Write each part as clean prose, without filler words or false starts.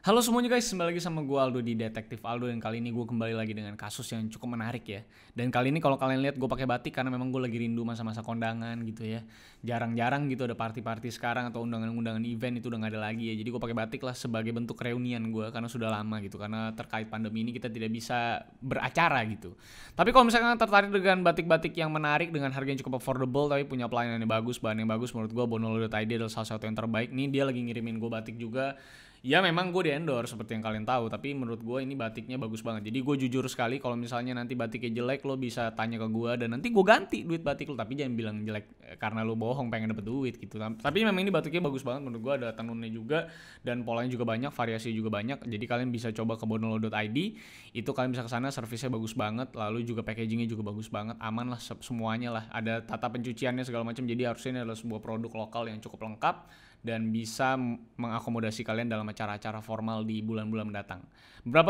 Halo semuanya guys, kembali lagi sama gue Aldo di Detektif Aldo. Dan kali ini gue kembali lagi dengan kasus yang cukup menarik ya. Dan kali ini kalau kalian lihat gue pakai batik karena memang gue lagi rindu masa-masa kondangan gitu ya. Jarang-jarang gitu ada party-party sekarang atau undangan-undangan event itu udah gak ada lagi ya. Jadi gue pakai batik lah sebagai bentuk reunian gue karena sudah lama gitu. Karena terkait pandemi ini kita tidak bisa beracara gitu. Tapi kalau misalkan tertarik dengan batik-batik yang menarik dengan harga yang cukup affordable tapi punya pelayanan yang bagus, bahan yang bagus, menurut gue Bonolo.id adalah salah satu yang terbaik. Nih dia lagi ngirimin gue batik juga. Ya memang gue di-endorse seperti yang kalian tahu, tapi menurut gue ini batiknya bagus banget. Jadi gue jujur sekali kalau misalnya nanti batiknya jelek lo bisa tanya ke gue dan nanti gue ganti duit batik lo. Tapi jangan bilang jelek karena lo bohong pengen dapet duit gitu. Tapi memang ini batiknya bagus banget menurut gue, ada tenunnya juga dan polanya juga banyak, variasi juga banyak. Jadi kalian bisa coba ke bonolo.id, itu kalian bisa kesana, servisnya bagus banget. Lalu juga packagingnya juga bagus banget, aman lah semuanya lah. Ada tata pencuciannya segala macam. Jadi harusnya ini adalah sebuah produk lokal yang cukup lengkap dan bisa mengakomodasi kalian dalam acara-acara formal di bulan-bulan mendatang. Beberapa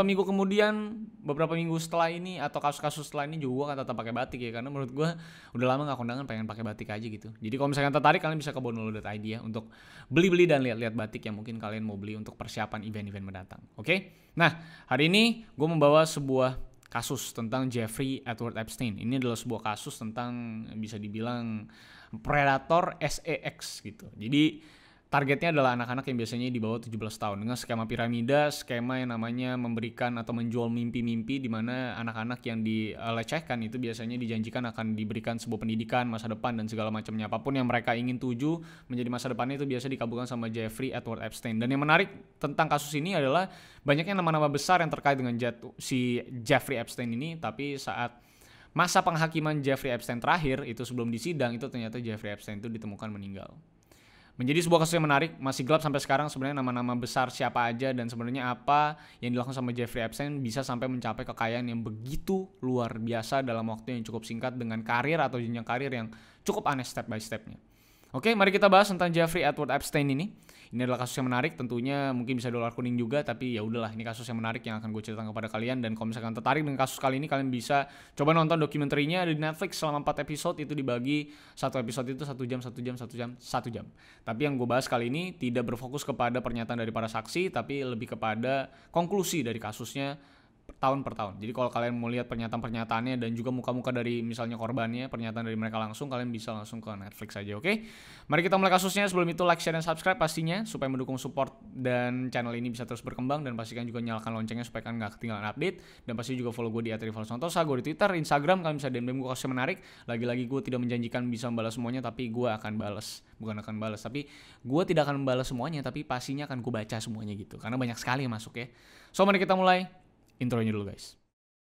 minggu setelah ini atau kasus-kasus setelah ini juga gue akan tetap pakai batik ya, karena menurut gue udah lama gak kondangan, pengen pakai batik aja gitu. Jadi kalau misalkan tertarik kalian bisa ke bonolo.id ya untuk beli-beli dan lihat-lihat batik yang mungkin kalian mau beli untuk persiapan event-event mendatang. Oke? Nah, hari ini gue membawa sebuah kasus tentang Jeffrey Edward Epstein. Ini adalah sebuah kasus tentang bisa dibilang predator sex gitu. Jadi targetnya adalah anak-anak yang biasanya di bawah 17 tahun dengan skema piramida, skema yang namanya memberikan atau menjual mimpi-mimpi di mana anak-anak yang dilecehkan itu biasanya dijanjikan akan diberikan sebuah pendidikan, masa depan dan segala macamnya. Apapun yang mereka ingin tuju menjadi masa depannya itu biasa dikabulkan sama Jeffrey Edward Epstein. Dan yang menarik tentang kasus ini adalah banyaknya nama-nama besar yang terkait dengan si Jeffrey Epstein ini, tapi saat masa penghakiman Jeffrey Epstein terakhir itu sebelum disidang itu ternyata Jeffrey Epstein itu ditemukan meninggal. Menjadi sebuah kasus yang menarik, masih gelap sampai sekarang sebenarnya nama-nama besar siapa aja dan sebenarnya apa yang dilakukan sama Jeffrey Epstein bisa sampai mencapai kekayaan yang begitu luar biasa dalam waktu yang cukup singkat dengan karir atau jenjang karir yang cukup aneh step by stepnya. Oke, mari kita bahas tentang Jeffrey Edward Epstein ini. Ini adalah kasus yang menarik, tentunya mungkin bisa dolar kuning juga, tapi ya udahlah, ini kasus yang menarik yang akan gue ceritakan kepada kalian. Dan kalau misalkan tertarik dengan kasus kali ini, kalian bisa coba nonton dokumenterinya di Netflix selama 4 episode, itu dibagi satu episode itu 1 jam, 1 jam, 1 jam, 1 jam. Tapi yang gue bahas kali ini tidak berfokus kepada pernyataan dari para saksi, tapi lebih kepada konklusi dari kasusnya tahun per tahun. Jadi kalau kalian mau lihat pernyataan-pernyataannya dan juga muka-muka dari misalnya korbannya, pernyataan dari mereka langsung, kalian bisa langsung ke Netflix aja, oke? Mari kita mulai kasusnya. Sebelum itu like, share, dan subscribe pastinya supaya mendukung support dan channel ini bisa terus berkembang, dan pastikan juga nyalakan loncengnya supaya kalian gak ketinggalan update. Dan pasti juga follow gue di @rivalsantosa, gue di Twitter, Instagram, kalian bisa DM gue kasus yang menarik. Lagi-lagi gue tidak menjanjikan bisa membalas semuanya, tapi gue akan balas. Bukan akan balas, tapi gue tidak akan membalas semuanya, tapi pastinya akan gue baca semuanya gitu. Karena banyak sekali yang masuk ya. So mari kita mulai. Intronya dulu guys.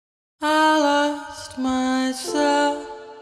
I lost myself.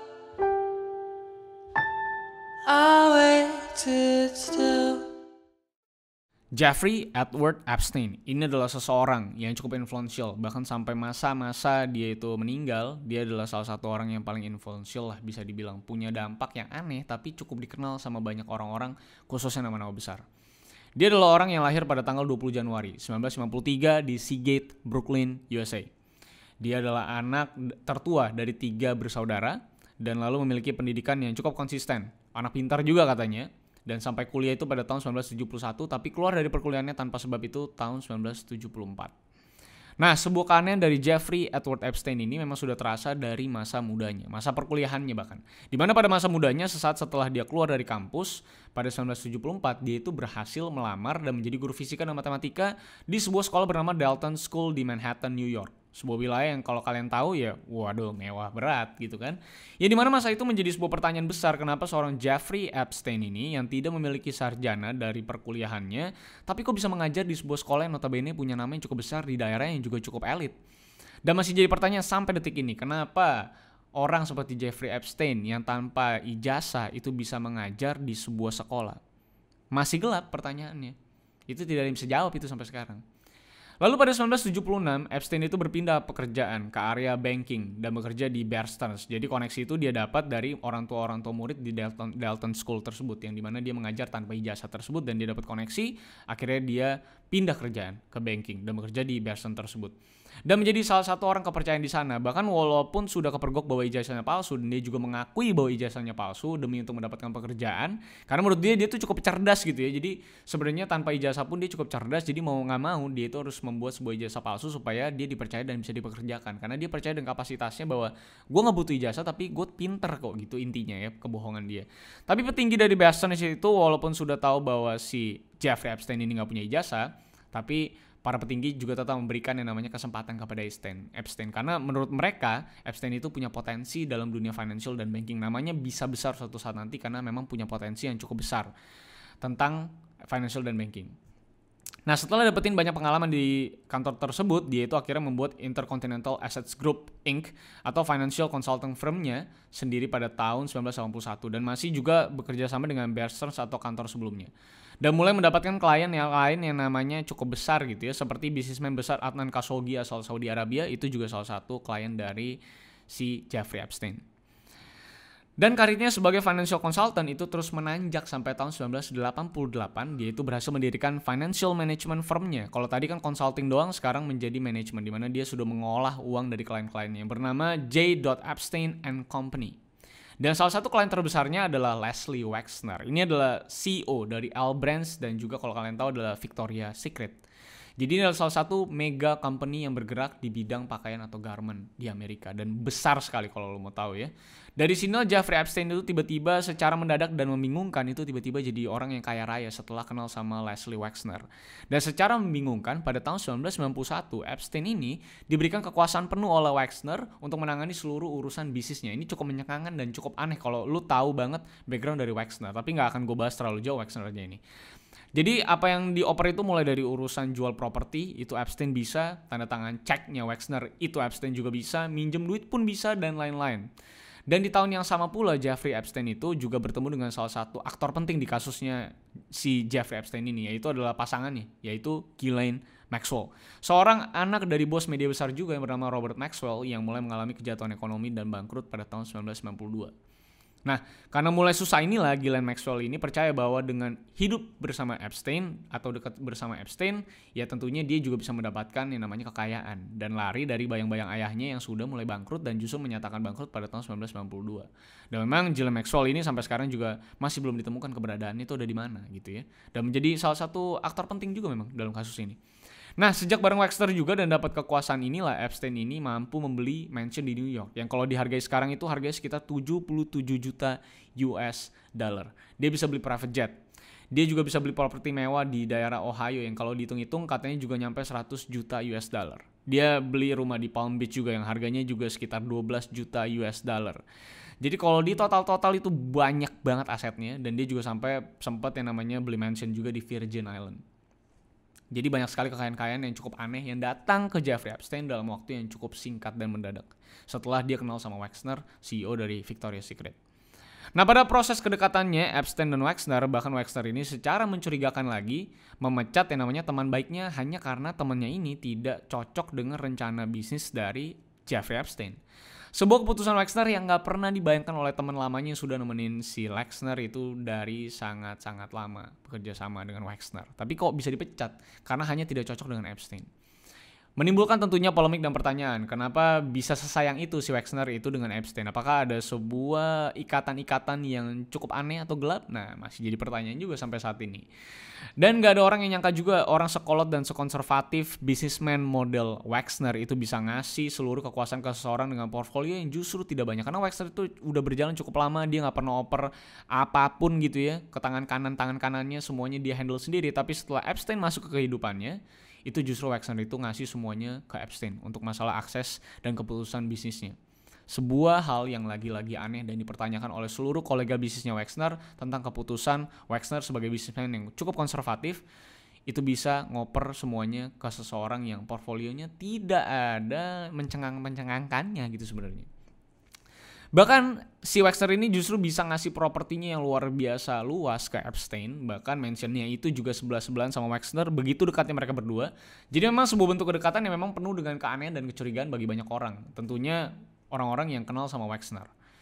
I waited still. Jeffrey Edward Epstein ini adalah seseorang yang cukup influential, bahkan sampai masa-masa dia itu meninggal, dia adalah salah satu orang yang paling influential lah, bisa dibilang punya dampak yang aneh tapi cukup dikenal sama banyak orang-orang, khususnya nama-nama besar. Dia adalah orang yang lahir pada tanggal 20 Januari 1953 di Seagate, Brooklyn, USA. Dia adalah anak tertua dari 3 bersaudara dan lalu memiliki pendidikan yang cukup konsisten. Anak pintar juga katanya, dan sampai kuliah itu pada tahun 1971, tapi keluar dari perkuliahannya tanpa sebab itu tahun 1974. Nah, sebuah keanehan dari Jeffrey Edward Epstein ini memang sudah terasa dari masa mudanya, masa perkuliahannya bahkan. Dimana pada masa mudanya, sesaat setelah dia keluar dari kampus, pada 1974, dia itu berhasil melamar dan menjadi guru fisika dan matematika di sebuah sekolah bernama Dalton School di Manhattan, New York. Sebuah wilayah yang kalau kalian tahu ya, waduh, mewah berat gitu kan. Ya dimana masa itu menjadi sebuah pertanyaan besar, kenapa seorang Jeffrey Epstein ini yang tidak memiliki sarjana dari perkuliahannya, tapi kok bisa mengajar di sebuah sekolah yang notabene punya nama yang cukup besar di daerah yang juga cukup elit. Dan masih jadi pertanyaan sampai detik ini, kenapa orang seperti Jeffrey Epstein yang tanpa ijazah itu bisa mengajar di sebuah sekolah? Masih gelap pertanyaannya. Itu tidak ada yang bisa jawab itu sampai sekarang. Lalu pada 1976, Epstein itu berpindah pekerjaan ke area banking dan bekerja di Bear Stearns. Jadi koneksi itu dia dapat dari orang tua murid di Dalton School tersebut, yang dimana dia mengajar tanpa ijazah tersebut dan dia dapat koneksi. Akhirnya dia pindah kerjaan ke banking dan bekerja di Bear Stearns tersebut. Dan menjadi salah satu orang kepercayaan di sana. Bahkan walaupun sudah kepergok bahwa ijazahnya palsu, dan dia juga mengakui bahwa ijazahnya palsu demi untuk mendapatkan pekerjaan. Karena menurut dia tuh cukup cerdas gitu ya. Jadi sebenarnya tanpa ijazah pun dia cukup cerdas. Jadi mau nggak mau dia itu harus membuat sebuah ijazah palsu supaya dia dipercaya dan bisa dipekerjakan. Karena dia percaya dengan kapasitasnya bahwa gue nggak butuh ijazah tapi gue pinter kok gitu intinya ya, kebohongan dia. Tapi petinggi dari Bear Stearns itu walaupun sudah tahu bahwa si Jeffrey Epstein ini nggak punya ijazah, tapi para petinggi juga tetap memberikan yang namanya kesempatan kepada Epstein. Karena menurut mereka, Epstein itu punya potensi dalam dunia financial dan banking. Namanya bisa besar suatu saat nanti karena memang punya potensi yang cukup besar tentang financial dan banking. Nah, setelah dapetin banyak pengalaman di kantor tersebut, dia itu akhirnya membuat Intercontinental Assets Group Inc. atau financial consulting firm-nya sendiri pada tahun 1981 dan masih juga bekerja sama dengan Bear Stearns atau kantor sebelumnya. Dan mulai mendapatkan klien yang lain yang namanya cukup besar gitu ya, seperti bisnismen besar Adnan Khashoggi asal Saudi Arabia, itu juga salah satu klien dari si Jeffrey Epstein. Dan karirnya sebagai financial consultant itu terus menanjak sampai tahun 1988, dia itu berhasil mendirikan financial management firm-nya. Kalau tadi kan consulting doang, sekarang menjadi manajemen, di mana dia sudah mengolah uang dari klien-kliennya, bernama J. Epstein and Company. Dan salah satu klien terbesarnya adalah Leslie Wexner. Ini adalah CEO dari L Brands dan juga kalau kalian tahu adalah Victoria's Secret. Jadi ini adalah salah satu mega company yang bergerak di bidang pakaian atau garment di Amerika. Dan besar sekali kalau lo mau tahu ya. Dari sini Jeffrey Epstein itu tiba-tiba secara mendadak dan membingungkan itu tiba-tiba jadi orang yang kaya raya setelah kenal sama Leslie Wexner. Dan secara membingungkan pada tahun 1991 Epstein ini diberikan kekuasaan penuh oleh Wexner untuk menangani seluruh urusan bisnisnya. Ini cukup menyangkan dan cukup aneh kalau lu tahu banget background dari Wexner. Tapi nggak akan gue bahas terlalu jauh Wexner aja ini. Jadi apa yang dioper itu mulai dari urusan jual properti, itu Epstein bisa, tanda tangan ceknya Wexner, itu Epstein juga bisa, minjem duit pun bisa, dan lain-lain. Dan di tahun yang sama pula Jeffrey Epstein itu juga bertemu dengan salah satu aktor penting di kasusnya si Jeffrey Epstein ini, yaitu adalah pasangannya, yaitu Ghislaine Maxwell. Seorang anak dari bos media besar juga yang bernama Robert Maxwell yang mulai mengalami kejatuhan ekonomi dan bangkrut pada tahun 1992. Nah, karena mulai susah inilah Ghislaine Maxwell ini percaya bahwa dengan hidup bersama Epstein atau dekat bersama Epstein, ya tentunya dia juga bisa mendapatkan yang namanya kekayaan dan lari dari bayang-bayang ayahnya yang sudah mulai bangkrut dan justru menyatakan bangkrut pada tahun 1992. Dan memang Ghislaine Maxwell ini sampai sekarang juga masih belum ditemukan keberadaannya itu ada di mana gitu ya. Dan menjadi salah satu aktor penting juga memang dalam kasus ini. Nah, sejak bareng Wexner juga dan dapat kekuasaan inilah Epstein ini mampu membeli mansion di New York yang kalau dihargai sekarang itu harganya sekitar 77 juta US dollar. Dia bisa beli private jet. Dia juga bisa beli properti mewah di daerah Ohio yang kalau dihitung-hitung katanya juga nyampe 100 juta US dollar. Dia beli rumah di Palm Beach juga yang harganya juga sekitar 12 juta US dollar. Jadi kalau di total itu banyak banget asetnya dan dia juga sampai sempat yang namanya beli mansion juga di Virgin Island. Jadi banyak sekali kekayaan-kekayaan yang cukup aneh yang datang ke Jeffrey Epstein dalam waktu yang cukup singkat dan mendadak. Setelah dia kenal sama Wexner, CEO dari Victoria's Secret. Nah, pada proses kedekatannya, Epstein dan Wexner, bahkan Wexner ini secara mencurigakan lagi, memecat yang namanya teman baiknya hanya karena temannya ini tidak cocok dengan rencana bisnis dari Jeffrey Epstein. Sebuah keputusan Wexner yang gak pernah dibayangkan oleh teman lamanya yang sudah nemenin si Wexner itu dari sangat-sangat lama bekerja sama dengan Wexner. Tapi kok bisa dipecat? Karena hanya tidak cocok dengan Epstein. Menimbulkan tentunya polemik dan pertanyaan, kenapa bisa sesayang itu si Wexner itu dengan Epstein? Apakah ada sebuah ikatan-ikatan yang cukup aneh atau gelap? Nah, masih jadi pertanyaan juga sampai saat ini. Dan gak ada orang yang nyangka juga orang sekolot dan sekonservatif bisnismen model Wexner itu bisa ngasih seluruh kekuasaan ke seseorang dengan portfolio yang justru tidak banyak. Karena Wexner itu udah berjalan cukup lama, dia gak pernah oper apapun gitu ya ke tangan kanannya semuanya dia handle sendiri. Tapi setelah Epstein masuk ke kehidupannya, itu justru Wexner itu ngasih semuanya ke Epstein untuk masalah akses dan keputusan bisnisnya. Sebuah hal yang lagi-lagi aneh dan dipertanyakan oleh seluruh kolega bisnisnya Wexner tentang keputusan Wexner sebagai bisnismen yang cukup konservatif itu bisa ngoper semuanya ke seseorang yang portfolionya tidak ada mencengangkannya gitu sebenarnya. Bahkan si Wexner ini justru bisa ngasih propertinya yang luar biasa luas ke Epstein. Bahkan mentionnya itu juga sebelah-sebelahan sama Wexner. Begitu dekatnya mereka berdua. Jadi memang sebuah bentuk kedekatan yang memang penuh dengan keanehan dan kecurigaan bagi banyak orang. Tentunya orang-orang yang kenal sama Wexner.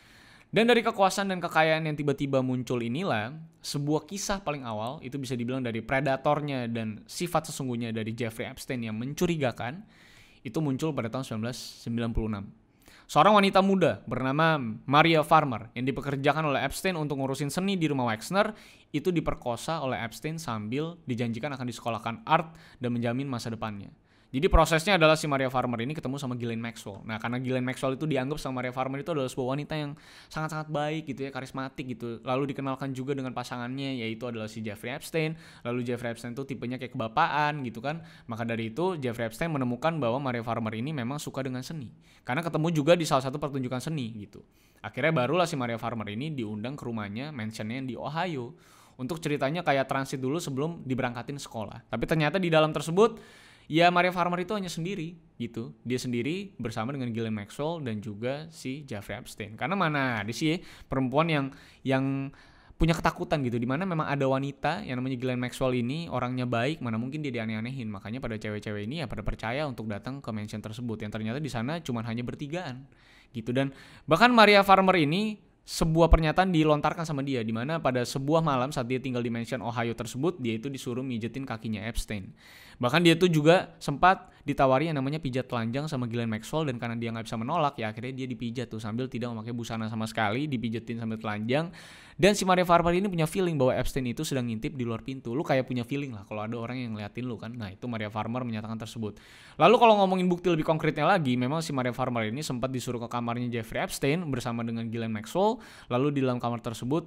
Dan dari kekuasaan dan kekayaan yang tiba-tiba muncul inilah, sebuah kisah paling awal itu bisa dibilang dari predatornya dan sifat sesungguhnya dari Jeffrey Epstein yang mencurigakan, itu muncul pada tahun 1996. Seorang wanita muda bernama Maria Farmer yang dipekerjakan oleh Epstein untuk ngurusin seni di rumah Wexner, itu diperkosa oleh Epstein sambil dijanjikan akan disekolahkan art dan menjamin masa depannya. Jadi prosesnya adalah si Maria Farmer ini ketemu sama Ghislaine Maxwell. Nah, karena Ghislaine Maxwell itu dianggap sama Maria Farmer itu adalah sebuah wanita yang sangat-sangat baik gitu ya, karismatik gitu. Lalu dikenalkan juga dengan pasangannya, yaitu adalah si Jeffrey Epstein. Lalu Jeffrey Epstein itu tipenya kayak kebapaan gitu kan. Maka dari itu Jeffrey Epstein menemukan bahwa Maria Farmer ini memang suka dengan seni. Karena ketemu juga di salah satu pertunjukan seni gitu. Akhirnya barulah si Maria Farmer ini diundang ke rumahnya, mansionnya di Ohio. Untuk ceritanya kayak transit dulu sebelum diberangkatin sekolah. Tapi ternyata di dalam tersebut ya Maria Farmer itu hanya sendiri gitu. Dia sendiri bersama dengan Ghislaine Maxwell dan juga si Jeffrey Epstein. Karena mana ada sih perempuan yang punya ketakutan gitu. Dimana memang ada wanita yang namanya Ghislaine Maxwell ini orangnya baik, mana mungkin dia dianeh-anehin. Makanya pada cewek-cewek ini ya pada percaya untuk datang ke mansion tersebut. Yang ternyata di sana cuma hanya bertigaan gitu. Dan bahkan Maria Farmer ini sebuah pernyataan dilontarkan sama dia, di mana pada sebuah malam saat dia tinggal di mansion Ohio tersebut, dia itu disuruh mijetin kakinya Epstein. Bahkan dia itu juga sempat ditawari yang namanya pijat telanjang sama Ghislaine Maxwell, dan karena dia nggak bisa menolak ya akhirnya dia dipijat tuh sambil tidak memakai busana sama sekali, dipijetin sambil telanjang. Dan si Maria Farmer ini punya feeling bahwa Epstein itu sedang ngintip di luar pintu. Lu kayak punya feeling lah kalau ada orang yang ngeliatin lu kan. Nah itu Maria Farmer menyatakan tersebut. Lalu kalau ngomongin bukti lebih konkretnya lagi, memang si Maria Farmer ini sempat disuruh ke kamarnya Jeffrey Epstein bersama dengan Ghislaine Maxwell. Lalu di dalam kamar tersebut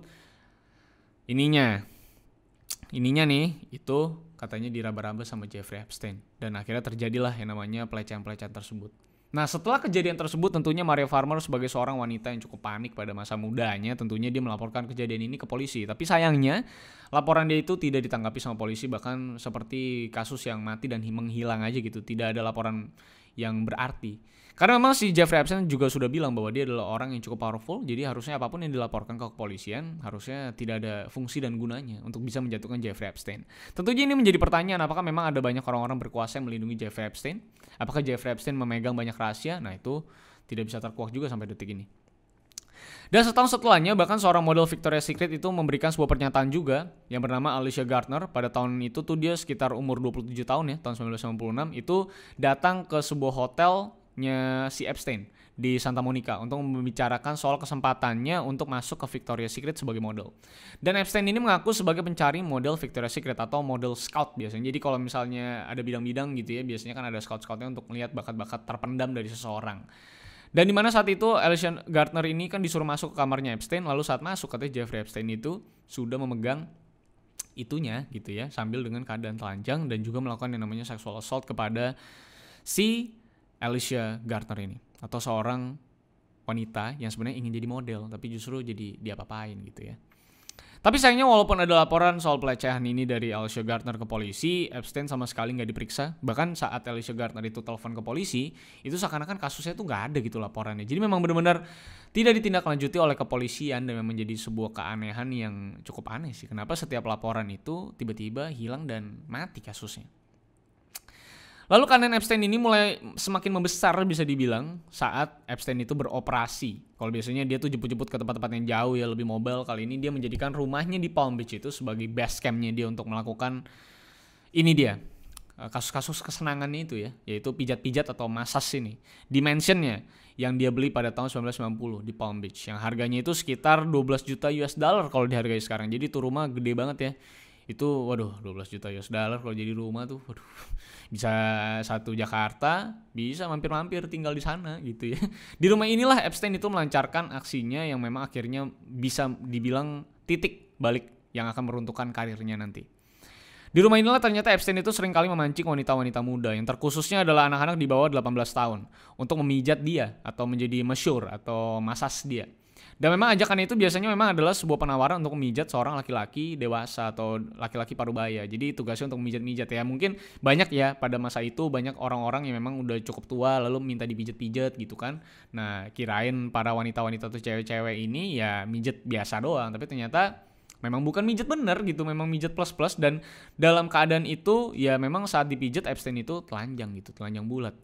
ininya nih itu katanya diraba-raba sama Jeffrey Epstein. Dan akhirnya terjadilah yang namanya pelecehan-pelecehan tersebut. Nah setelah kejadian tersebut tentunya Maria Farmer sebagai seorang wanita yang cukup panik pada masa mudanya, tentunya dia melaporkan kejadian ini ke polisi. Tapi sayangnya laporan dia itu tidak ditanggapi sama polisi, bahkan seperti kasus yang mati dan menghilang aja gitu. Tidak ada laporan yang berarti. Karena memang si Jeffrey Epstein juga sudah bilang bahwa dia adalah orang yang cukup powerful, jadi harusnya apapun yang dilaporkan ke kepolisian harusnya tidak ada fungsi dan gunanya untuk bisa menjatuhkan Jeffrey Epstein. Tentunya ini menjadi pertanyaan, apakah memang ada banyak orang-orang berkuasa yang melindungi Jeffrey Epstein? Apakah Jeffrey Epstein memegang banyak rahasia? Nah itu tidak bisa terkuak juga sampai detik ini. Dan setahun setelahnya bahkan seorang model Victoria's Secret itu memberikan sebuah pernyataan juga yang bernama Alicia Gardner. Pada tahun itu tuh dia sekitar umur 27 tahun ya, tahun 1996, itu datang ke sebuah hotelnya si Epstein di Santa Monica untuk membicarakan soal kesempatannya untuk masuk ke Victoria's Secret sebagai model. Dan Epstein ini mengaku sebagai pencari model Victoria's Secret atau model scout biasanya. Jadi kalau misalnya ada bidang-bidang gitu ya, biasanya kan ada scout-scoutnya untuk melihat bakat-bakat terpendam dari seseorang. Dan di mana saat itu Alicia Gardner ini kan disuruh masuk ke kamarnya Epstein, lalu saat masuk katanya Jeffrey Epstein itu sudah memegang itunya gitu ya, sambil dengan keadaan telanjang dan juga melakukan yang namanya sexual assault kepada si Alicia Gardner ini, atau seorang wanita yang sebenarnya ingin jadi model tapi justru jadi diapa-apain gitu ya. Tapi sayangnya walaupun ada laporan soal pelecehan ini dari Alicia Gardner ke polisi, Epstein sama sekali nggak diperiksa. Bahkan saat Alicia Gardner itu telepon ke polisi, itu seakan-akan kasusnya tuh nggak ada gitu laporannya. Jadi memang benar-benar tidak ditindaklanjuti oleh kepolisian dan memang menjadi sebuah keanehan yang cukup aneh sih. Kenapa setiap laporan itu tiba-tiba hilang dan mati kasusnya. Lalu kanan Epstein ini mulai semakin membesar bisa dibilang saat Epstein itu beroperasi. Kalau biasanya dia tuh jemput-jemput ke tempat-tempat yang jauh ya, lebih mobile, kali ini dia menjadikan rumahnya di Palm Beach itu sebagai base campnya dia untuk melakukan ini dia kasus-kasus kesenangannya itu ya, yaitu pijat-pijat atau massage ini di mansionnya yang dia beli pada tahun 1990 di Palm Beach, yang harganya itu sekitar 12 juta US dollar kalau dihargai sekarang. Jadi itu rumah gede banget ya. Itu waduh 12 juta US dollar kalau jadi rumah tuh waduh, bisa satu Jakarta, bisa mampir-mampir tinggal di sana gitu ya. Di rumah inilah Epstein itu melancarkan aksinya yang memang akhirnya bisa dibilang titik balik yang akan meruntuhkan karirnya nanti. Di rumah inilah ternyata Epstein itu seringkali memancing wanita-wanita muda yang terkhususnya adalah anak-anak di bawah 18 tahun untuk memijat dia atau menjadi masyur atau masas dia. Dan memang ajakan itu biasanya memang adalah sebuah penawaran untuk memijat seorang laki-laki dewasa atau laki-laki parubaya. Jadi tugasnya untuk memijat-mijat ya. Mungkin banyak ya pada masa itu banyak orang-orang yang memang udah cukup tua lalu minta dipijat-pijat gitu kan. Nah kirain para wanita-wanita atau cewek-cewek ini ya mijat biasa doang. Tapi ternyata memang bukan mijat bener gitu. Memang mijat plus-plus. Dan dalam keadaan itu ya memang saat dipijat Epstein itu telanjang gitu. Telanjang bulat.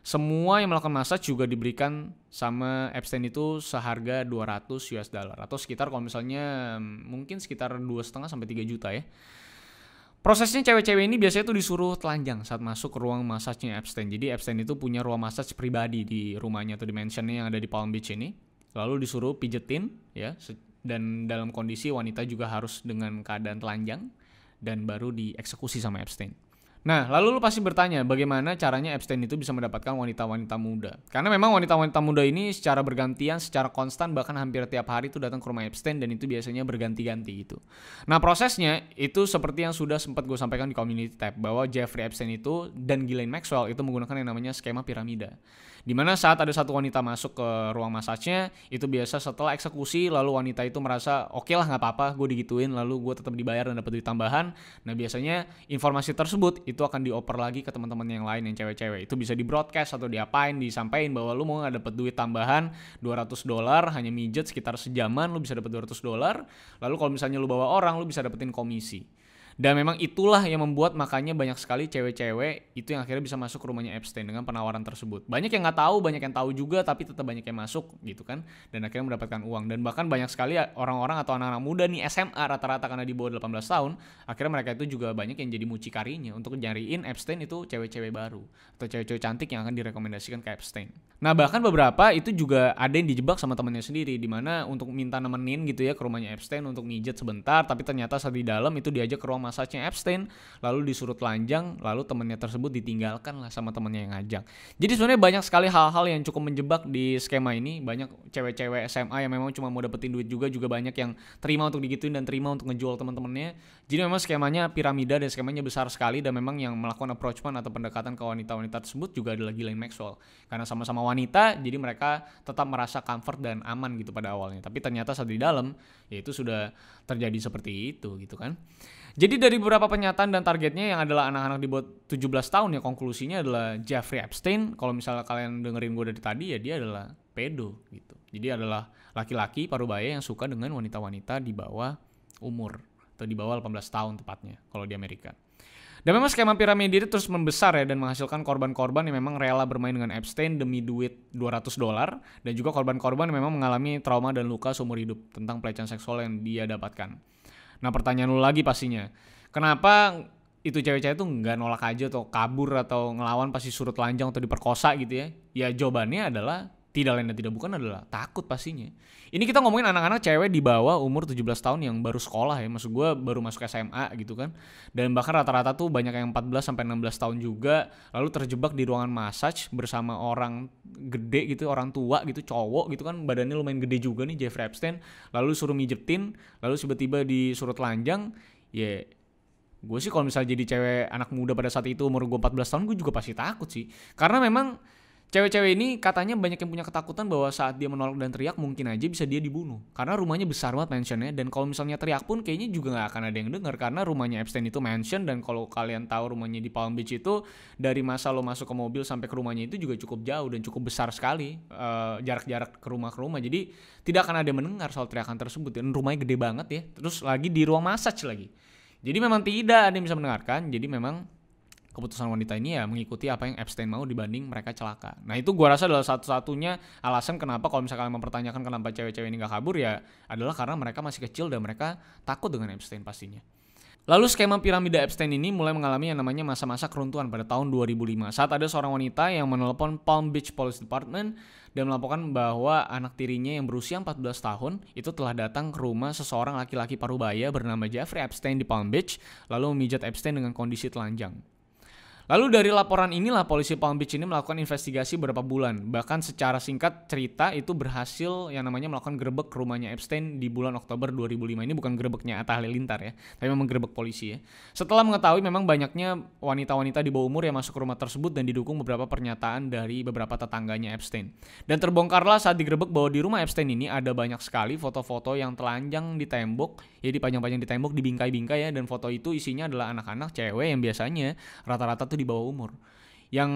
semua yang melakukan massage juga diberikan sama Epstein itu seharga $200 atau sekitar kalau misalnya mungkin sekitar 2,5 sampai 3 juta ya. Prosesnya cewek-cewek ini biasanya tuh disuruh telanjang saat masuk ke ruang massage-nya Epstein. Jadi Epstein itu punya ruang massage pribadi di rumahnya atau di mansion-nya yang ada di Palm Beach ini. Lalu disuruh pijetin ya, dan dalam kondisi wanita juga harus dengan keadaan telanjang dan baru dieksekusi sama Epstein. Nah, lalu lu pasti bertanya bagaimana caranya Epstein itu bisa mendapatkan wanita-wanita muda. Karena memang wanita-wanita muda ini secara bergantian, secara konstan, bahkan hampir tiap hari itu datang ke rumah Epstein dan itu biasanya berganti-ganti gitu. Nah, prosesnya itu seperti yang sudah sempat gue sampaikan di community tab, bahwa Jeffrey Epstein itu dan Ghislaine Maxwell itu menggunakan yang namanya skema piramida. Dimana saat ada satu wanita masuk ke ruang massage-nya, itu biasa setelah eksekusi, lalu wanita itu merasa oke lah nggak apa-apa, gue digituin, lalu gue tetap dibayar dan dapat duit tambahan. Nah biasanya informasi tersebut itu akan dioper lagi ke teman-teman yang lain yang cewek-cewek. Itu bisa di broadcast atau diapain, disampaikan bahwa lu mau nggak dapat duit tambahan $200, hanya mijet sekitar sejaman, lu bisa dapat $200. Lalu kalau misalnya lu bawa orang, lu bisa dapetin komisi. Dan memang itulah yang membuat makanya banyak sekali cewek-cewek itu yang akhirnya bisa masuk ke rumahnya Epstein dengan penawaran tersebut. Banyak yang nggak tahu, banyak yang tahu juga, tapi tetap banyak yang masuk gitu kan. Dan akhirnya mendapatkan uang. Dan bahkan banyak sekali orang-orang atau anak-anak muda nih SMA rata-rata karena di bawah 18 tahun, akhirnya mereka itu juga banyak yang jadi mucikarinya untuk nyariin Epstein itu cewek-cewek baru atau cewek-cewek cantik yang akan direkomendasikan ke Epstein. Nah bahkan beberapa itu juga ada yang dijebak sama temannya sendiri, dimana untuk minta nemenin gitu ya ke rumahnya Epstein untuk mijet sebentar, tapi ternyata saat di dalam itu diajak ke ruang massage-nya Epstein, lalu disuruh telanjang, lalu temannya tersebut ditinggalkan lah sama temannya yang ngajak. Jadi sebenarnya banyak sekali hal-hal yang cukup menjebak di skema ini. Banyak cewek-cewek SMA yang memang cuma mau dapetin duit juga banyak yang terima untuk digituin dan terima untuk ngejual teman-temannya. Jadi memang skemanya piramida dan skemanya besar sekali, dan memang yang melakukan approachment atau pendekatan ke wanita-wanita tersebut juga adalah Ghislaine Maxwell. Karena sama-sama wanita, jadi mereka tetap merasa comfort dan aman gitu pada awalnya. Tapi ternyata saat di dalam, ya itu sudah terjadi seperti itu gitu kan. Jadi dari beberapa pernyataan dan targetnya yang adalah anak-anak di bawah 17 tahun ya, konklusinya adalah Jeffrey Epstein, kalau misalnya kalian dengerin gue dari tadi ya, dia adalah pedo gitu. Jadi adalah laki-laki parubaya yang suka dengan wanita-wanita di bawah umur atau di bawah 18 tahun tepatnya kalau di Amerika. Dan memang skema piramida itu terus membesar ya, dan menghasilkan korban-korban yang memang rela bermain dengan Epstein demi duit $200, dan juga korban-korban yang memang mengalami trauma dan luka seumur hidup tentang pelecehan seksual yang dia dapatkan. Nah pertanyaan lu lagi pastinya, kenapa itu cewek-cewek tuh nggak nolak aja atau kabur atau ngelawan pasti suruh telanjang atau diperkosa gitu ya? Ya jawabannya adalah tidak lain dan tidak bukan adalah takut pastinya. Ini kita ngomongin anak-anak cewek di bawah umur 17 tahun yang baru sekolah ya. Maksud gue baru masuk SMA gitu kan. Dan bahkan rata-rata tuh banyak yang 14 sampai 16 tahun juga. Lalu terjebak di ruangan massage bersama orang gede gitu, orang tua gitu, cowok gitu kan. Badannya lumayan gede juga nih Jeffrey Epstein. Lalu suruh mijetin, lalu tiba-tiba disuruh telanjang. Ya gue sih kalau misalnya jadi cewek anak muda pada saat itu umur gue 14 tahun, gue juga pasti takut sih. Karena memang cewek-cewek ini katanya banyak yang punya ketakutan bahwa saat dia menolak dan teriak mungkin aja bisa dia dibunuh. Karena rumahnya besar banget mansionnya, dan kalau misalnya teriak pun kayaknya juga gak akan ada yang dengar karena rumahnya Epstein itu mansion. Dan kalau kalian tahu rumahnya di Palm Beach itu dari masa lo masuk ke mobil sampai ke rumahnya itu juga cukup jauh dan cukup besar sekali jarak-jarak ke rumah. Jadi tidak akan ada yang mendengar soal teriakan tersebut, dan rumahnya gede banget ya. Terus lagi di ruang massage lagi. Jadi memang tidak ada yang bisa mendengarkan. Jadi memang keputusan wanita ini ya mengikuti apa yang Epstein mau dibanding mereka celaka. Nah itu gue rasa adalah satu-satunya alasan kenapa kalau misalkan kalian mempertanyakan kenapa cewek-cewek ini gak kabur, ya adalah karena mereka masih kecil dan mereka takut dengan Epstein pastinya. Lalu skema piramida Epstein ini mulai mengalami yang namanya masa-masa keruntuhan pada tahun 2005 saat ada seorang wanita yang menelpon Palm Beach Police Department dan melaporkan bahwa anak tirinya yang berusia 14 tahun itu telah datang ke rumah seseorang laki-laki parubaya bernama Jeffrey Epstein di Palm Beach lalu memijat Epstein dengan kondisi telanjang. Lalu dari laporan inilah polisi Palm Beach ini melakukan investigasi beberapa bulan. Bahkan secara singkat cerita itu berhasil yang namanya melakukan gerebek ke rumahnya Epstein di bulan Oktober 2005. Ini bukan gerebeknya Atta Halilintar ya, tapi memang gerebek polisi ya. Setelah mengetahui memang banyaknya wanita-wanita di bawah umur yang masuk ke rumah tersebut dan didukung beberapa pernyataan dari beberapa tetangganya Epstein. Dan terbongkarlah saat digerebek bahwa di rumah Epstein ini ada banyak sekali foto-foto yang telanjang di tembok, ya dipajang-pajang di tembok, dibingkai-bingkai ya, dan foto itu isinya adalah anak-anak cewek yang biasanya rata-rata di bawah umur yang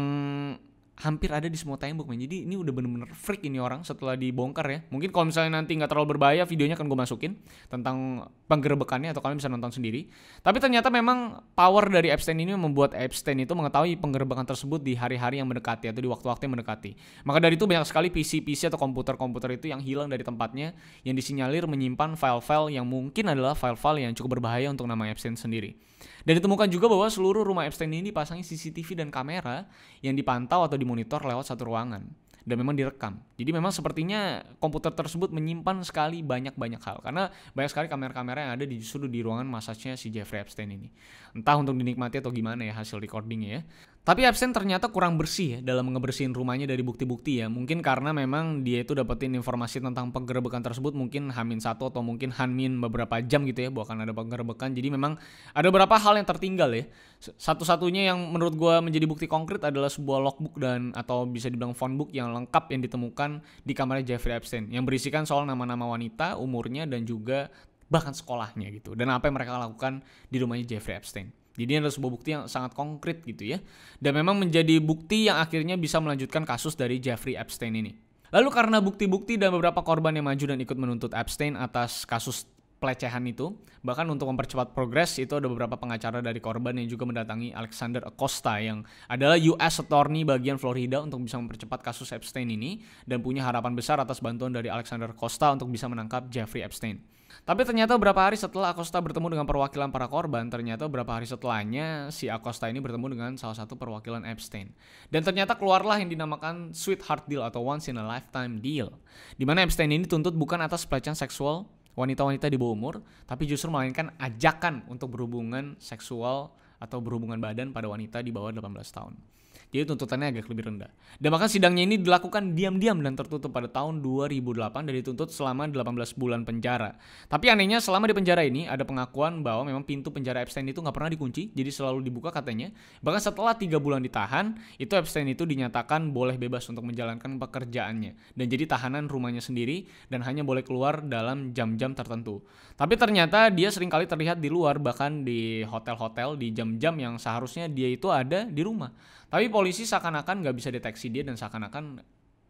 hampir ada di semua tembok men. Jadi ini udah bener-bener freak ini orang setelah dibongkar ya. Mungkin kalau misalnya nanti gak terlalu berbahaya videonya akan gue masukin tentang penggerebekannya atau kalian bisa nonton sendiri. Tapi ternyata memang power dari Epstein ini membuat Epstein itu mengetahui penggerebekan tersebut di hari-hari yang mendekati atau di waktu-waktu yang mendekati. Maka dari itu banyak sekali PC atau komputer-komputer itu yang hilang dari tempatnya, yang disinyalir menyimpan file-file yang mungkin adalah file-file yang cukup berbahaya untuk nama Epstein sendiri. Dan ditemukan juga bahwa seluruh rumah Epstein ini dipasangi CCTV dan kamera yang dipantau atau dimonitor lewat satu ruangan. Dan memang direkam. Jadi memang sepertinya komputer tersebut menyimpan sekali banyak hal. Karena banyak sekali kamera-kamera yang ada justru di ruangan massage-nya si Jeffrey Epstein ini. Entah untuk dinikmati atau gimana ya hasil recordingnya ya. Tapi Epstein ternyata kurang bersih ya dalam ngebersihin rumahnya dari bukti-bukti ya. Mungkin karena memang dia itu dapetin informasi tentang penggerebekan tersebut mungkin H-1 atau mungkin H- beberapa jam gitu ya. Bahkan ada penggerebekan. Jadi memang ada beberapa hal yang tertinggal ya. Satu-satunya yang menurut gue menjadi bukti konkret adalah sebuah logbook dan atau bisa dibilang phonebook yang lengkap yang ditemukan di kamarnya Jeffrey Epstein. Yang berisikan soal nama-nama wanita, umurnya dan juga bahkan sekolahnya gitu. Dan apa yang mereka lakukan di rumahnya Jeffrey Epstein. Jadi ini adalah sebuah bukti yang sangat konkret gitu ya. Dan memang menjadi bukti yang akhirnya bisa melanjutkan kasus dari Jeffrey Epstein ini. Lalu karena bukti-bukti dan beberapa korban yang maju dan ikut menuntut Epstein atas kasus pelecehan itu, bahkan untuk mempercepat progres itu ada beberapa pengacara dari korban yang juga mendatangi Alexander Acosta yang adalah US Attorney bagian Florida untuk bisa mempercepat kasus Epstein ini dan punya harapan besar atas bantuan dari Alexander Acosta untuk bisa menangkap Jeffrey Epstein. Tapi ternyata beberapa hari setelah Acosta bertemu dengan perwakilan para korban, ternyata beberapa hari setelahnya si Acosta ini bertemu dengan salah satu perwakilan Epstein. Dan ternyata keluarlah yang dinamakan Sweetheart Deal atau Once in a Lifetime Deal. Di mana Epstein ini dituntut bukan atas pelecehan seksual wanita-wanita di bawah umur, tapi justru melainkan ajakan untuk berhubungan seksual atau berhubungan badan pada wanita di bawah 18 tahun. Jadi tuntutannya agak lebih rendah. Dan bahkan sidangnya ini dilakukan diam-diam dan tertutup pada tahun 2008 dan dituntut selama 18 bulan penjara. Tapi anehnya selama di penjara ini ada pengakuan bahwa memang pintu penjara Epstein itu nggak pernah dikunci, jadi selalu dibuka katanya. Bahkan setelah 3 bulan ditahan, itu Epstein itu dinyatakan boleh bebas untuk menjalankan pekerjaannya. Dan jadi tahanan rumahnya sendiri dan hanya boleh keluar dalam jam-jam tertentu. Tapi ternyata dia seringkali terlihat di luar, bahkan di hotel-hotel di jam-jam yang seharusnya dia itu ada di rumah. Tapi polisi seakan-akan nggak bisa deteksi dia dan seakan-akan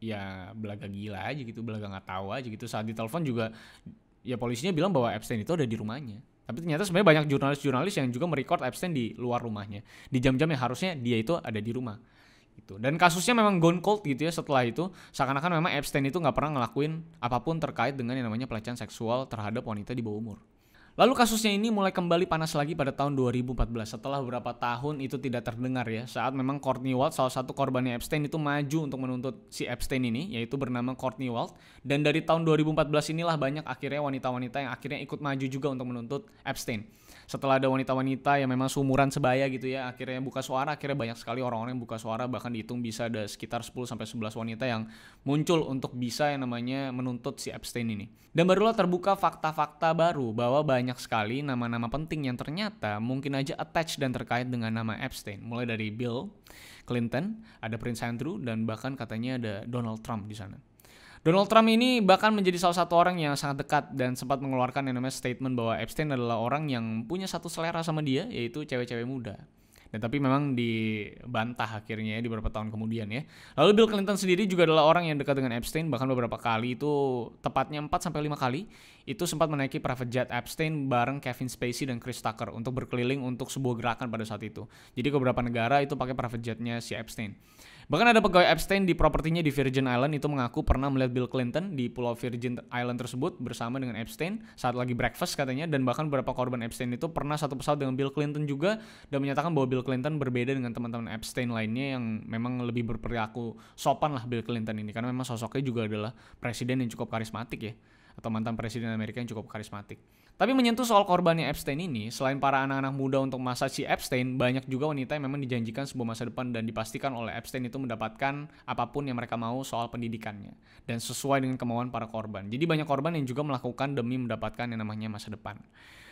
ya belaga gila aja gitu, belaga nggak tahu aja gitu. Saat ditelepon juga ya polisinya bilang bahwa Epstein itu ada di rumahnya. Tapi ternyata sebenarnya banyak jurnalis-jurnalis yang juga merecord Epstein di luar rumahnya, di jam-jam yang harusnya dia itu ada di rumah. Gitu. Dan kasusnya memang gone cold gitu ya setelah itu. Seakan-akan memang Epstein itu nggak pernah ngelakuin apapun terkait dengan yang namanya pelecehan seksual terhadap wanita di bawah umur. Lalu kasusnya ini mulai kembali panas lagi pada tahun 2014 setelah beberapa tahun itu tidak terdengar ya, saat memang Courtney Wald, salah satu korbannya Epstein, itu maju untuk menuntut si Epstein ini, yaitu bernama Courtney Wald. Dan dari tahun 2014 inilah banyak akhirnya wanita-wanita yang akhirnya ikut maju juga untuk menuntut Epstein. Setelah ada wanita-wanita yang memang seumuran sebaya gitu ya, akhirnya buka suara, akhirnya banyak sekali orang-orang yang buka suara, bahkan dihitung bisa ada sekitar 10-11 wanita yang muncul untuk bisa yang namanya menuntut si Epstein ini. Dan barulah terbuka fakta-fakta baru bahwa banyak sekali nama-nama penting yang ternyata mungkin aja attach dan terkait dengan nama Epstein. Mulai dari Bill Clinton, ada Prince Andrew, dan bahkan katanya ada Donald Trump di sana. Donald Trump ini bahkan menjadi salah satu orang yang sangat dekat dan sempat mengeluarkan yang namanya statement bahwa Epstein adalah orang yang punya satu selera sama dia, yaitu cewek-cewek muda. Dan tapi memang dibantah akhirnya ya, di beberapa tahun kemudian ya. Lalu Bill Clinton sendiri juga adalah orang yang dekat dengan Epstein, bahkan beberapa kali itu, tepatnya 4-5 kali, itu sempat menaiki private jet Epstein bareng Kevin Spacey dan Chris Tucker untuk berkeliling untuk sebuah gerakan pada saat itu. Jadi ke beberapa negara itu pakai private jetnya si Epstein. Bahkan ada pegawai Epstein di propertinya di Virgin Island itu mengaku pernah melihat Bill Clinton di pulau Virgin Island tersebut bersama dengan Epstein saat lagi breakfast katanya, dan bahkan beberapa korban Epstein itu pernah satu pesawat dengan Bill Clinton juga, dan menyatakan bahwa Bill Clinton berbeda dengan teman-teman Epstein lainnya yang memang lebih berperilaku sopan lah Bill Clinton ini, karena memang sosoknya juga adalah presiden yang cukup karismatik ya, atau mantan presiden Amerika yang cukup karismatik. Tapi menyentuh soal korbannya Epstein ini, selain para anak-anak muda untuk masa si Epstein, banyak juga wanita yang memang dijanjikan sebuah masa depan dan dipastikan oleh Epstein itu mendapatkan apapun yang mereka mau soal pendidikannya dan sesuai dengan kemauan para korban. Jadi banyak korban yang juga melakukan demi mendapatkan yang namanya masa depan.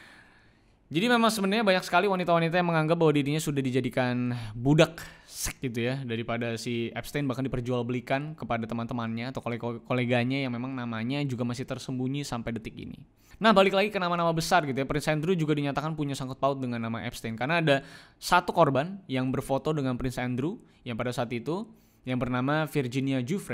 Jadi memang sebenarnya banyak sekali wanita-wanita yang menganggap bahwa dirinya sudah dijadikan budak seks gitu ya, daripada si Epstein bahkan diperjualbelikan kepada teman-temannya atau koleganya yang memang namanya juga masih tersembunyi sampai detik ini. Nah, balik lagi ke nama-nama besar gitu ya, Prince Andrew juga dinyatakan punya sangkut paut dengan nama Epstein karena ada satu korban yang berfoto dengan Prince Andrew yang pada saat itu yang bernama Virginia Giuffre,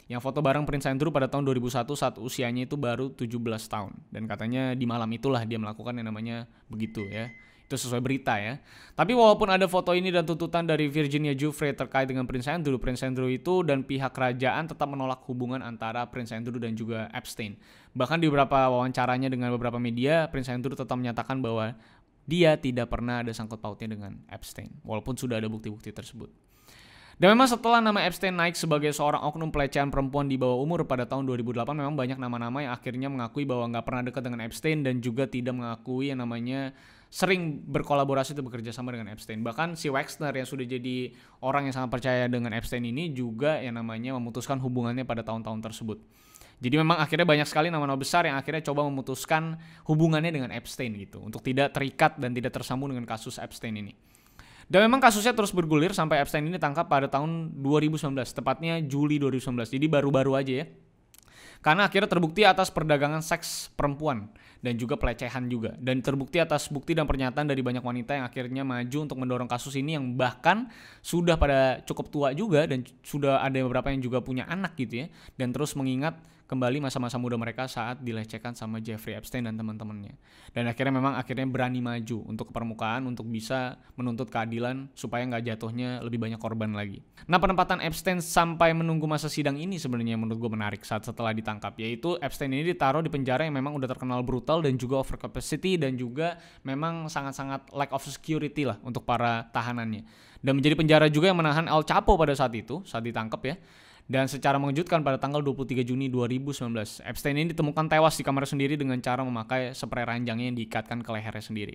yang foto bareng Prince Andrew pada tahun 2001 saat usianya itu baru 17 tahun. Dan katanya di malam itulah dia melakukan yang namanya begitu ya. Itu sesuai berita ya. Tapi walaupun ada foto ini dan tuntutan dari Virginia Giuffre terkait dengan Prince Andrew itu dan pihak kerajaan tetap menolak hubungan antara Prince Andrew dan juga Epstein. Bahkan di beberapa wawancaranya dengan beberapa media, Prince Andrew tetap menyatakan bahwa dia tidak pernah ada sangkut pautnya dengan Epstein, walaupun sudah ada bukti-bukti tersebut. Dan memang setelah nama Epstein naik sebagai seorang oknum pelecehan perempuan di bawah umur pada tahun 2008, memang banyak nama-nama yang akhirnya mengakui bahwa nggak pernah dekat dengan Epstein dan juga tidak mengakui yang namanya sering berkolaborasi atau bekerja sama dengan Epstein. Bahkan si Wexner yang sudah jadi orang yang sangat percaya dengan Epstein ini juga yang namanya memutuskan hubungannya pada tahun-tahun tersebut. Jadi memang akhirnya banyak sekali nama-nama besar yang akhirnya coba memutuskan hubungannya dengan Epstein gitu, untuk tidak terikat dan tidak tersambung dengan kasus Epstein ini. Dan memang kasusnya terus bergulir sampai Epstein ini ditangkap pada tahun 2019, tepatnya Juli 2019. Jadi baru-baru aja ya. Karena akhirnya terbukti atas perdagangan seks perempuan dan juga pelecehan juga. Dan terbukti atas bukti dan pernyataan dari banyak wanita yang akhirnya maju untuk mendorong kasus ini, yang bahkan sudah pada cukup tua juga dan sudah ada beberapa yang juga punya anak gitu ya. Dan terus mengingat kembali masa-masa muda mereka saat dilecehkan sama Jeffrey Epstein dan teman-temannya. Dan akhirnya berani maju untuk ke permukaan untuk bisa menuntut keadilan supaya nggak jatuhnya lebih banyak korban lagi. Nah, penempatan Epstein sampai menunggu masa sidang ini sebenarnya menurut gue menarik saat setelah ditangkap, yaitu Epstein ini ditaruh di penjara yang memang udah terkenal brutal dan juga over capacity dan juga memang sangat-sangat lack of security lah untuk para tahanannya. Dan menjadi penjara juga yang menahan El Chapo pada saat itu, saat ditangkap ya. Dan secara mengejutkan pada tanggal 23 Juni 2019, Epstein ini ditemukan tewas di kamar sendiri dengan cara memakai spray ranjangnya yang diikatkan ke lehernya sendiri.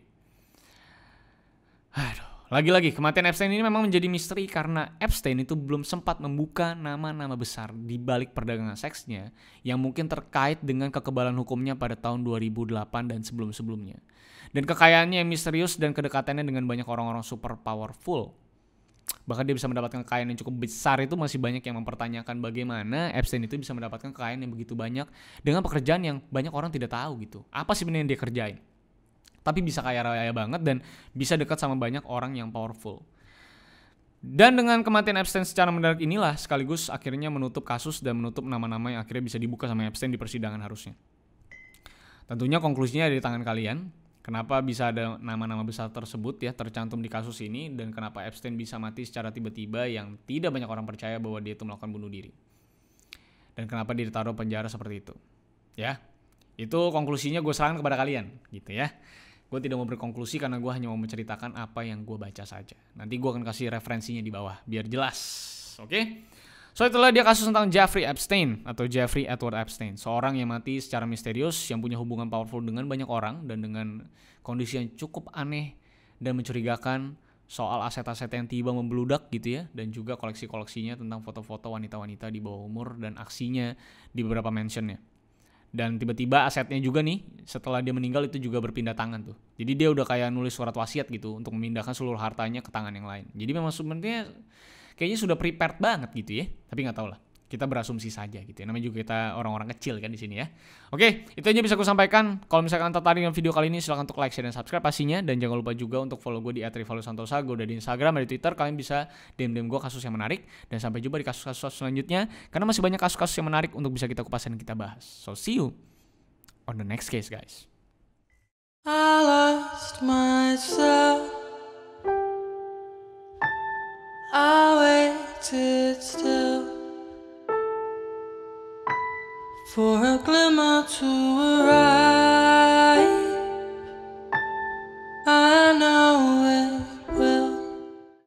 Lagi-lagi, kematian Epstein ini memang menjadi misteri karena Epstein itu belum sempat membuka nama-nama besar di balik perdagangan seksnya yang mungkin terkait dengan kekebalan hukumnya pada tahun 2008 dan sebelum-sebelumnya. Dan kekayaannya yang misterius dan kedekatannya dengan banyak orang-orang super powerful. Bahkan dia bisa mendapatkan kekayaan yang cukup besar, itu masih banyak yang mempertanyakan bagaimana Epstein itu bisa mendapatkan kekayaan yang begitu banyak dengan pekerjaan yang banyak orang tidak tahu gitu. Apa sih benar yang dia kerjain? Tapi bisa kaya raya banget dan bisa dekat sama banyak orang yang powerful. Dan dengan kematian Epstein secara mendadak inilah sekaligus akhirnya menutup kasus dan menutup nama-nama yang akhirnya bisa dibuka sama Epstein di persidangan harusnya. Tentunya konklusinya ada di tangan kalian. Kenapa bisa ada nama-nama besar tersebut ya tercantum di kasus ini, dan kenapa Epstein bisa mati secara tiba-tiba yang tidak banyak orang percaya bahwa dia itu melakukan bunuh diri. Dan kenapa dia ditaruh penjara seperti itu. Ya, itu konklusinya gue serahkan kepada kalian gitu ya. Gue tidak mau berkonklusi karena gue hanya mau menceritakan apa yang gue baca saja. Nanti gue akan kasih referensinya di bawah biar jelas. Oke? So itulah dia kasus tentang Jeffrey Epstein atau Jeffrey Edward Epstein. Seorang yang mati secara misterius, yang punya hubungan powerful dengan banyak orang dan dengan kondisi yang cukup aneh dan mencurigakan soal aset-aset yang tiba membeludak gitu ya. Dan juga koleksi-koleksinya tentang foto-foto wanita-wanita di bawah umur dan aksinya di beberapa mansionnya. Dan tiba-tiba asetnya juga nih setelah dia meninggal itu juga berpindah tangan tuh. Jadi dia udah kayak nulis surat wasiat gitu untuk memindahkan seluruh hartanya ke tangan yang lain. Jadi memang sebenarnya kayaknya sudah prepared banget gitu ya. Tapi nggak tahu lah. Kita berasumsi saja gitu ya. Namanya juga kita orang-orang kecil kan di sini ya. Oke, itu aja bisa aku sampaikan. Kalau misalkan tertarik dengan video kali ini, silahkan untuk like, share, dan subscribe pastinya. Dan jangan lupa juga untuk follow gue di @rivaldosantosa. Gue udah di Instagram, ada di Twitter. Kalian bisa DM gue kasus yang menarik. Dan sampai jumpa di kasus-kasus selanjutnya. Karena masih banyak kasus-kasus yang menarik untuk bisa kita kupas dan kita bahas. So see you on the next case, guys. I lost myself. I waited still for a glimmer to arise.